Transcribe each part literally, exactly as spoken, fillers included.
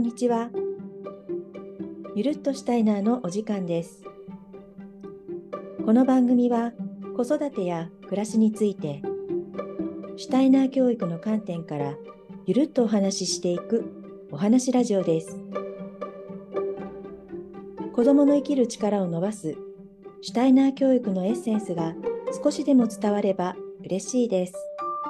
んにちは。ゆるっとしたいなのお時間です。この番組は子育てや暮らしについてシュタイナー教育の観点からゆるっとお話ししていくお話ラジオです。子どもの生きる力を伸ばすシュタイナー教育のエッセンスが少しでも伝われば嬉しいです。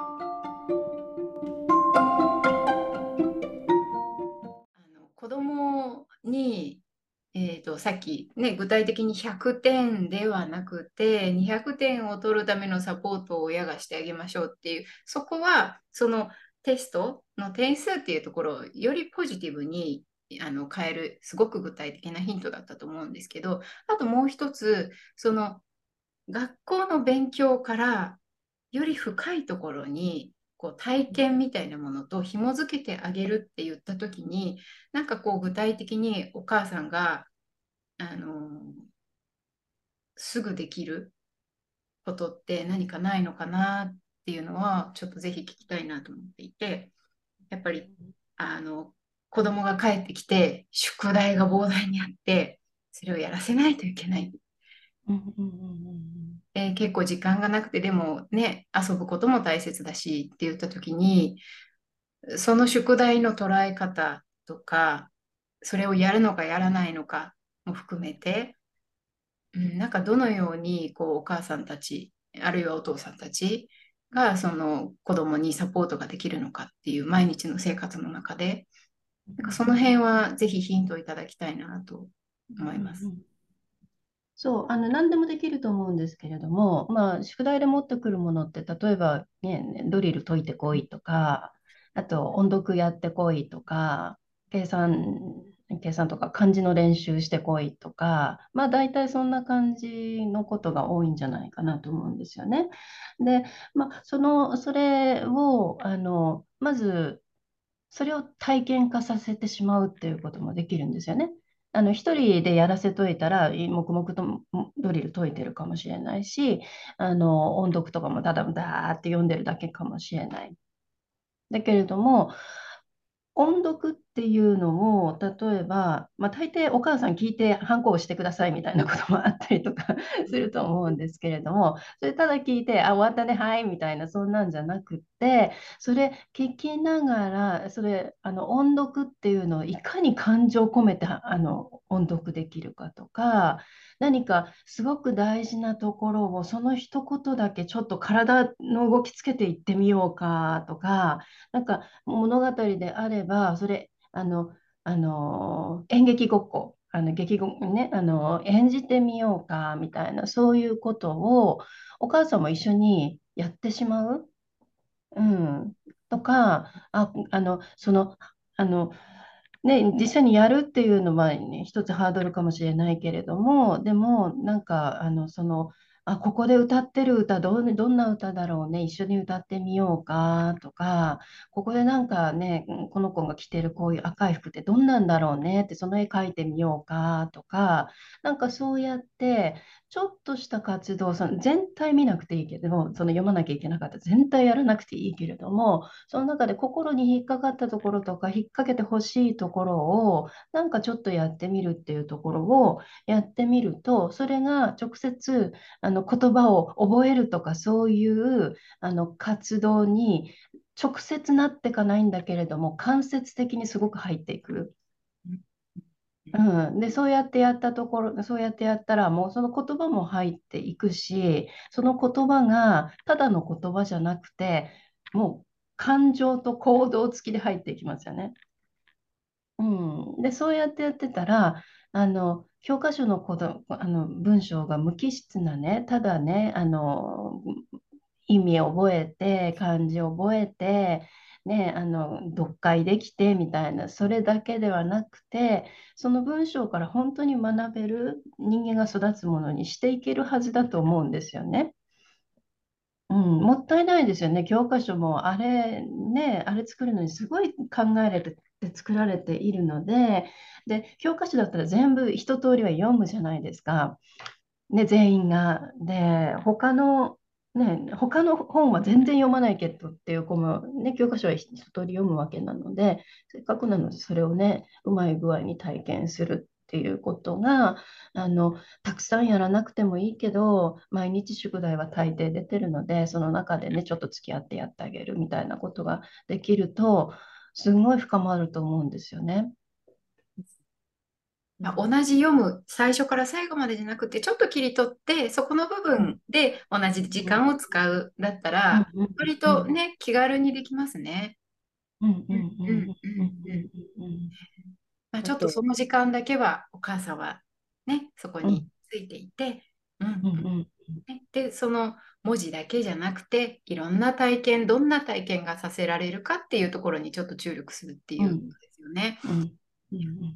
あの子供に、えーと、さっき、ね、具体的にひゃくてんではなくてにひゃくてんを取るためのサポートを親がしてあげましょうっていう、そこはそのテストの点数っていうところをよりポジティブにあの変えるすごく具体的なヒントだったと思うんですけど、あともう一つ、その学校の勉強からより深いところにこう体験みたいなものと紐づけてあげるって言った時に、なんかこう具体的にお母さんがあのすぐできることって何かないのかなっていうのはちょっとぜひ聞きたいなと思っていて、やっぱりあの子供が帰ってきて宿題が膨大にあってそれをやらせないといけない。 うんうんうんえー結構時間がなくて、でもね、遊ぶことも大切だしって言った時に、その宿題の捉え方とか、それをやるのかやらないのかも含めて、うん、なんかどのようにこうお母さんたち、あるいはお父さんたちがその子供にサポートができるのかっていう毎日の生活の中で、なんかその辺はぜひヒントをいただきたいなと思います。 うんうん。そう、あの、何でもできると思うんですけれども、まあ、宿題で持ってくるものって、例えば、ね、ドリル解いてこいとか、あと、音読やってこいとか、計算、計算とか漢字の練習してこいとか、まあ、大体そんな感じのことが多いんじゃないかなと思うんですよね。で、まあ、その、それを、あの、まず、それを体験化させてしまうっていうこともできるんですよね。あの一人でやらせといたら、黙々とドリル解いてるかもしれないし、あの音読とかもただだーって読んでるだけかもしれない。だけれども、音読っていうのを、例えば、まあ、大抵お母さん聞いて、ハンコをしてくださいみたいなこともあったりとかすると思うんですけれども、それただ聞いて、あ、終わったね、はい、みたいな、そんなんじゃなくて、それ聞きながら、それ、あの音読っていうのをいかに感情を込めてあの音読できるかとか、何かすごく大事なところを、その一言だけちょっと体の動きつけていってみようかとか、なんか物語であれば、それ、あの、あの演劇ごっこ、あの劇ご、ね、あの演じてみようかみたいな、そういうことをお母さんも一緒にやってしまう、うん、とか、あ、あの、その、あの、ね、実際にやるっていうのは、ね、一つハードルかもしれないけれども、でも、なんか、あの、その、あ、ここで歌ってる歌どう、どんな歌だろうね、一緒に歌ってみようかとか、ここでなんかね、この子が着てるこういう赤い服ってどんなんだろうねって、その絵描いてみようかとか、なんかそうやって、ちょっとした活動、その全体見なくていいけども、その読まなきゃいけなかった全体やらなくていいけれども、その中で心に引っかかったところとか、引っ掛けてほしいところを、なんかちょっとやってみるっていうところをやってみると、それが直接あの言葉を覚えるとか、そういうあの活動に直接なっていかないんだけれども、間接的にすごく入っていく。うん、で、そうやってやったところ、そうやってやったら、もうその言葉も入っていくし、その言葉がただの言葉じゃなくて、もう感情と行動付きで入っていきますよね。うん、で、そうやってやってたら、あの、教科書のこと、あの文章が無機質なね、ただね、あの、意味を覚えて、漢字を覚えて、ね、あの、読解できてみたいな、それだけではなくて、その文章から本当に学べる人間が育つものにしていけるはずだと思うんですよね。うん、もったいないですよね。教科書もあれね、あれ作るのにすごい考えられて作られているので、で、教科書だったら全部一通りは読むじゃないですか。ね、全員が。で、他のね、他の本は全然読まないけどっていう子も、ね、教科書は一通り読むわけなので、せっかくなのでそれをね、うまい具合に体験するっていうことが、あの、たくさんやらなくてもいいけど、毎日宿題は大抵出てるので、その中でね、ちょっと付き合ってやってあげるみたいなことができると、すごい深まると思うんですよね。うまあ同ん、 じ読む最初から最後までじゃなくて、ちょっと切り取って、そこの部うん、 分で同じ時うん、 間を使うだったうん、 ら、 うん、 割うん、 とね、気軽にできますね。 うん、うん、 うんうんうん、うん、 うんうん。 うん、 まあ、ちょっとそあと、 の時間だけはお母さんはね、そこにうん、 ついていて、うんうんうん、うん、 ね、で、その文字だけじゃなくて、いろんな体験、どんな体験がさせられるかっていうところにちょっと注力するっていうことうん、 ですよね。 うん、うん、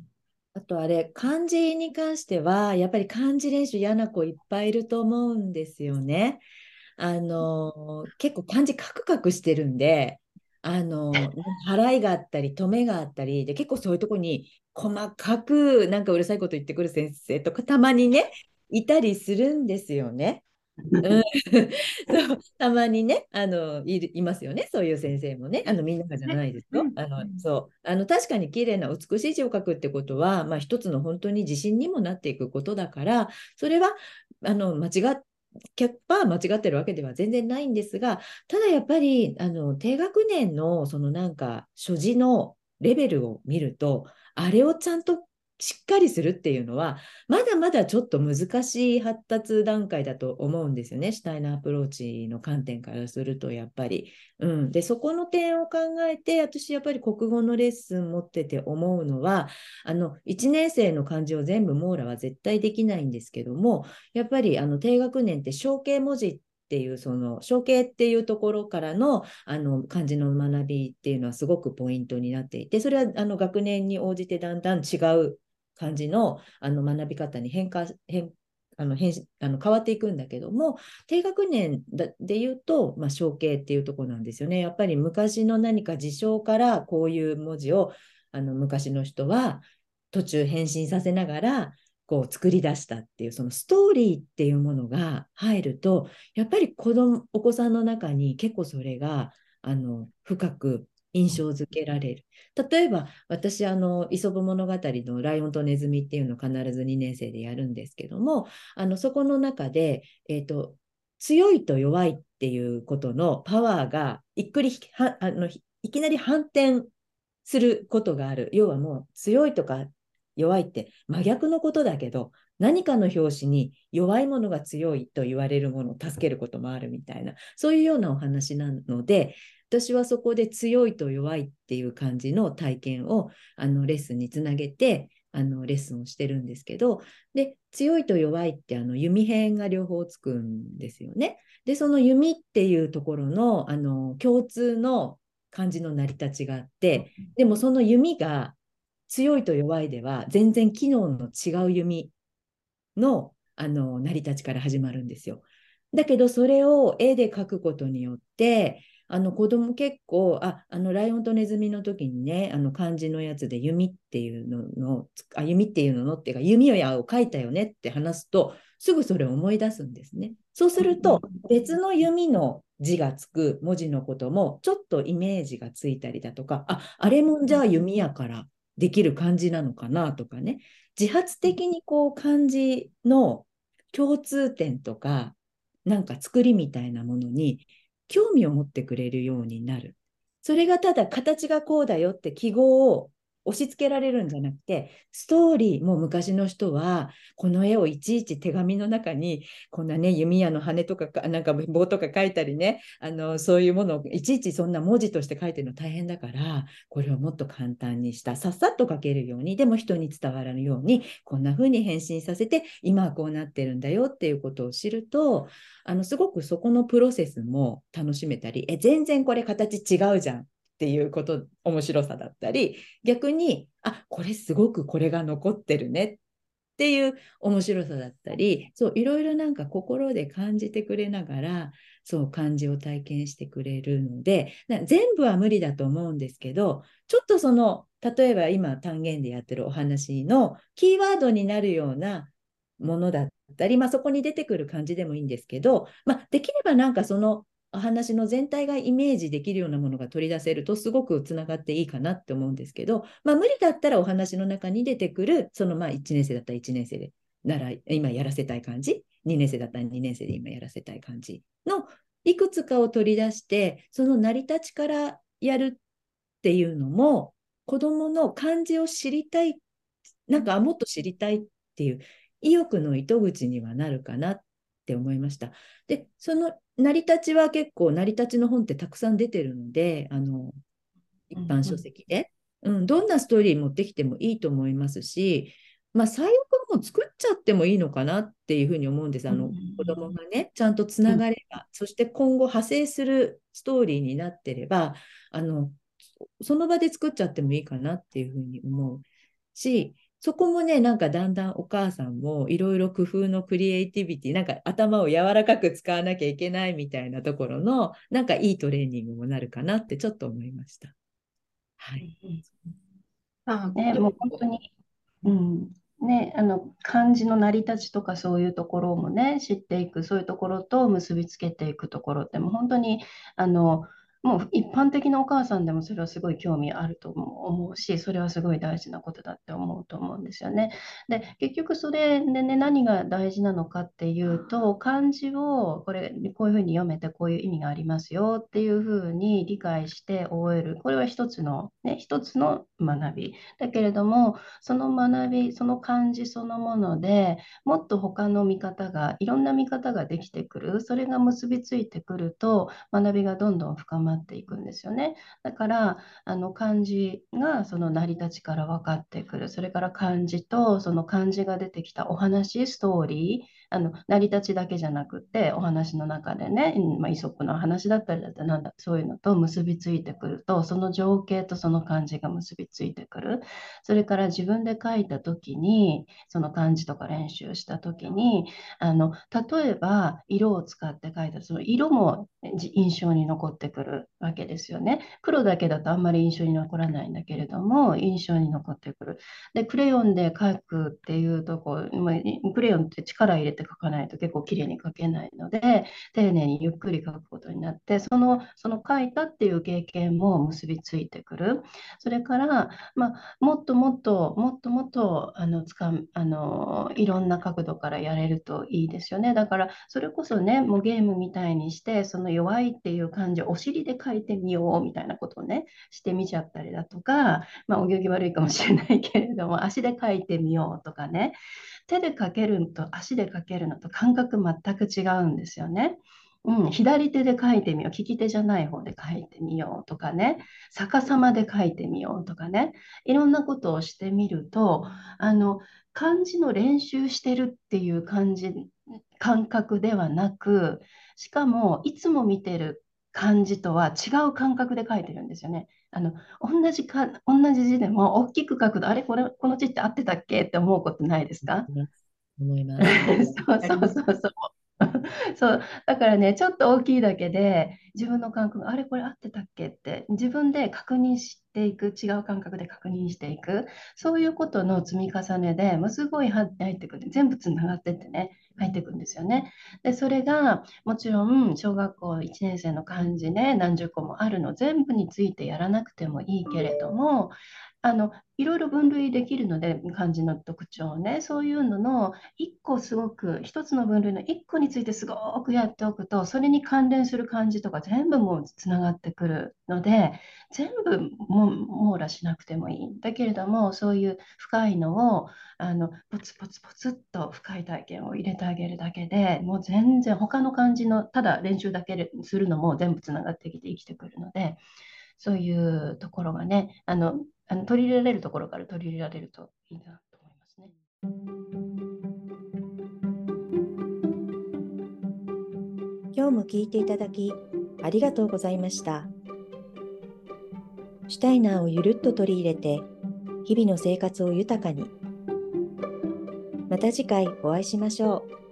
あとあれ、漢字に関しては、やっぱり漢字練習嫌な子いっぱいいると思うんですよね。あの、結構漢字カクカクしてるんで、あの、払いがあったり、止めがあったり、で、結構そういうとこに細かくなんかうるさいこと言ってくる先生とかたまにね、いたりするんですよね。うん、そう、たまにね、あの、いる、いますよね、そういう先生もね、あの、みんながじゃね。 ないですよ。 うんあの、 うんそう、あの、確かに綺麗な美しい字を書くってことは、まあ、一つの本当に自信にもなっていくことだから、それは、あの、間違っ、ひゃくパーセント間違ってるわけでは全然ないんですが、ただやっぱり、あの、低学年の、そのなんか、所持のレベルを見ると、あれをちゃんとしっかりするっていうのは、まだまだちょっと難しい発達段階だと思うんですよね。シュタイナーアプローチの観点からすると、やっぱり。うん。で、そこの点を考えて、私、やっぱり国語のレッスン持ってて思うのは、あの、いちねん生の漢字を全部網羅は絶対できないんですけども、やっぱり、あの、低学年って象形文字っていうその象形っていうところからの、あの漢字の学びっていうのはすごくポイントになっていて、それはあの学年に応じてだんだん違う感じのあの学び方に変化変あの変あの変わっていくんだけども、低学年で言うと、まあ、象形っていうところなんですよね。やっぱり昔の何か事象からこういう文字をあの昔の人は途中変身させながらこう作り出したっていうそのストーリーっていうものが入ると、やっぱり子供お子さんの中に結構それがあの深く印象づけられる。例えば、私、あの、磯部物語のライオンとネズミっていうのを必ずにねん生でやるんですけども、あの、そこの中で、えっと、強いと弱いっていうことのパワーがいっくりはあのいきなり反転することがある。要はもう強いとか弱いって真逆のことだけど、何かの拍子に弱いものが強いと言われるものを助けることもあるみたいな、そういうようなお話なので、私はそこで強いと弱いっていう感じの体験をあのレッスンにつなげてあのレッスンをしてるんですけど、で強いと弱いってあの弓編が両方つくんですよね。でその弓っていうところのあの共通の漢字の成り立ちがあって、でもその弓が強いと弱いでは全然機能の違う弓のあの成り立ちから始まるんですよ。だけどそれを絵で描くことによってあの子供結構ああのライオンとネズミの時にねあの漢字のやつで弓っていうののあ弓っていうののっていうか弓矢を描いたよねって話すとすぐそれを思い出すんですね。そうすると別の弓の字がつく文字のこともちょっとイメージがついたりだとか、ああれもじゃあ弓矢からできる漢字なのかなとかね、自発的にこう漢字の共通点とか、なんか作りみたいなものに興味を持ってくれるようになる。それがただ形がこうだよって記号を押し付けられるんじゃなくて、ストーリー、もう昔の人は、この絵をいちいち手紙の中に、こんなね、弓矢の羽とか、なんか棒とか書いたりね、あの、そういうものをいちいちそんな文字として書いてるの大変だから、これをもっと簡単にした、さっさっと書けるように、でも人に伝わるように、こんな風に返信させて、今はこうなってるんだよっていうことを知ると、あの、すごくそこのプロセスも楽しめたり、え、全然これ形違うじゃんっていうこと、面白さだったり、逆に、あ、これすごくこれが残ってるねっていう面白さだったり、そう、いろいろなんか心で感じてくれながら、そう漢字を体験してくれるので、全部は無理だと思うんですけど、ちょっとその、例えば今単元でやってるお話のキーワードになるようなものだったり、まあ、そこに出てくる感じでもいいんですけど、まあ、できればなんかそのお話の全体がイメージできるようなものが取り出せるとすごくつながっていいかなって思うんですけど、まあ、無理だったらお話の中に出てくるそのまあいちねん生だったらいちねん生でなら今やらせたい感じ、にねん生だったらにねん生で今やらせたい感じのいくつかを取り出してその成り立ちからやるっていうのも子どもの漢字を知りたい、なんかもっと知りたいっていう意欲の糸口にはなるかなって思いました。で、その成り立ちは結構成り立ちの本ってたくさん出てるので、あの一般書籍で、うん、どんなストーリー持ってきてもいいと思いますし、まあ、最悪もう作っちゃってもいいのかなっていうふうに思うんです。あの子供がね、ちゃんとつながれば、そして今後派生するストーリーになってれば、あのその場で作っちゃってもいいかなっていうふうに思うし、そこもね、なんかだんだんお母さんもいろいろ工夫のクリエイティビティ、なんか頭を柔らかく使わなきゃいけないみたいなところの、なんかいいトレーニングもなるかなってちょっと思いました。はい。 あ、 ね、もう本当に、うん、ね、あの漢字の成り立ちとかそういうところもね、知っていく、そういうところと結びつけていくところってもう本当にあのもう一般的なお母さんでもそれはすごい興味あると思うし、それはすごい大事なことだって思うと思うんですよね。で、結局それでね、何が大事なのかっていうと、漢字をこれこういうふうに読めてこういう意味がありますよっていうふうに理解して覚える。これは一つのね、一つの学び。だけれども、その学び、その漢字そのものでもっと他の見方が、いろんな見方ができてくる。それが結びついてくると、学びがどんどん深まっていくんですよね。だから、あの漢字がその成り立ちから分かってくる。それから漢字とその漢字が出てきたお話、ストーリー、あの成り立ちだけじゃなくて、お話の中でね、まあ、イソップの話だったりだったらなんだ、そういうのと結びついてくると、その情景とその漢字が結びついてくる。それから自分で書いた時に、その漢字とか練習した時に、あの例えば色を使って書いたその色も印象に残ってくるわけですよね。黒だけだとあんまり印象に残らないんだけれども、印象に残ってくる。で、クレヨンで描くっていうとこ、まあ、クレヨンって力入れて描かないと結構きれいに描けないので、丁寧にゆっくり描くことになって、その、その描いたっていう経験も結びついてくる。それから、まあ、もっともっと、もっともっと、あの、つかん、あの、いろんな角度からやれるといいですよね。だから、それこそね、もうゲームみたいにして、その弱いっていう感じをお尻で書いてみようみたいなことをね、してみちゃったりだとか、まあ、お行儀悪いかもしれないけれども、足で書いてみようとかね、手で書けるのと足で書けるのと感覚全く違うんですよね。うん、左手で書いてみよう、利き手じゃない方で書いてみようとかね、逆さまで書いてみようとかね、いろんなことをしてみると、あの漢字の練習してるっていう感じ、感覚ではなく、しかもいつも見てる漢字とは違う感覚で書いてるんですよね。あの同じか同じ字でも大きく書くと、あれこれ、この字って合ってたっけって思うことないですか？ 思います。 そうそうそうそう。そう、だからね、ちょっと大きいだけで、自分の感覚、あれ、これ合ってたっけって、自分で確認していく、違う感覚で確認していく、そういうことの積み重ねで、もうすごい入ってくる、全部つながってってね、入ってくるんですよね。で、それが、もちろん、小学校いちねん生の漢字ね、何十個もあるの、全部についてやらなくてもいいけれども、あのいろいろ分類できるので、漢字の特徴ね、そういうののいっこすごく、一つの分類のいっこについてすごくやっておくと、それに関連する漢字とか全部もうつながってくるので、全部も網羅しなくてもいい。だけれども、そういう深いのをあのポツポツポツっと深い体験を入れてあげるだけでもう全然他の漢字のただ練習だけでするのも全部つながってきて生きてくるので、そういうところがね、あのあの取り入れられるところから取り入れられるといいなと思いますね。 今日も聞いていただきありがとうございました。シュタイナーをゆるっと取り入れて日々の生活を豊かに。また次回お会いしましょう。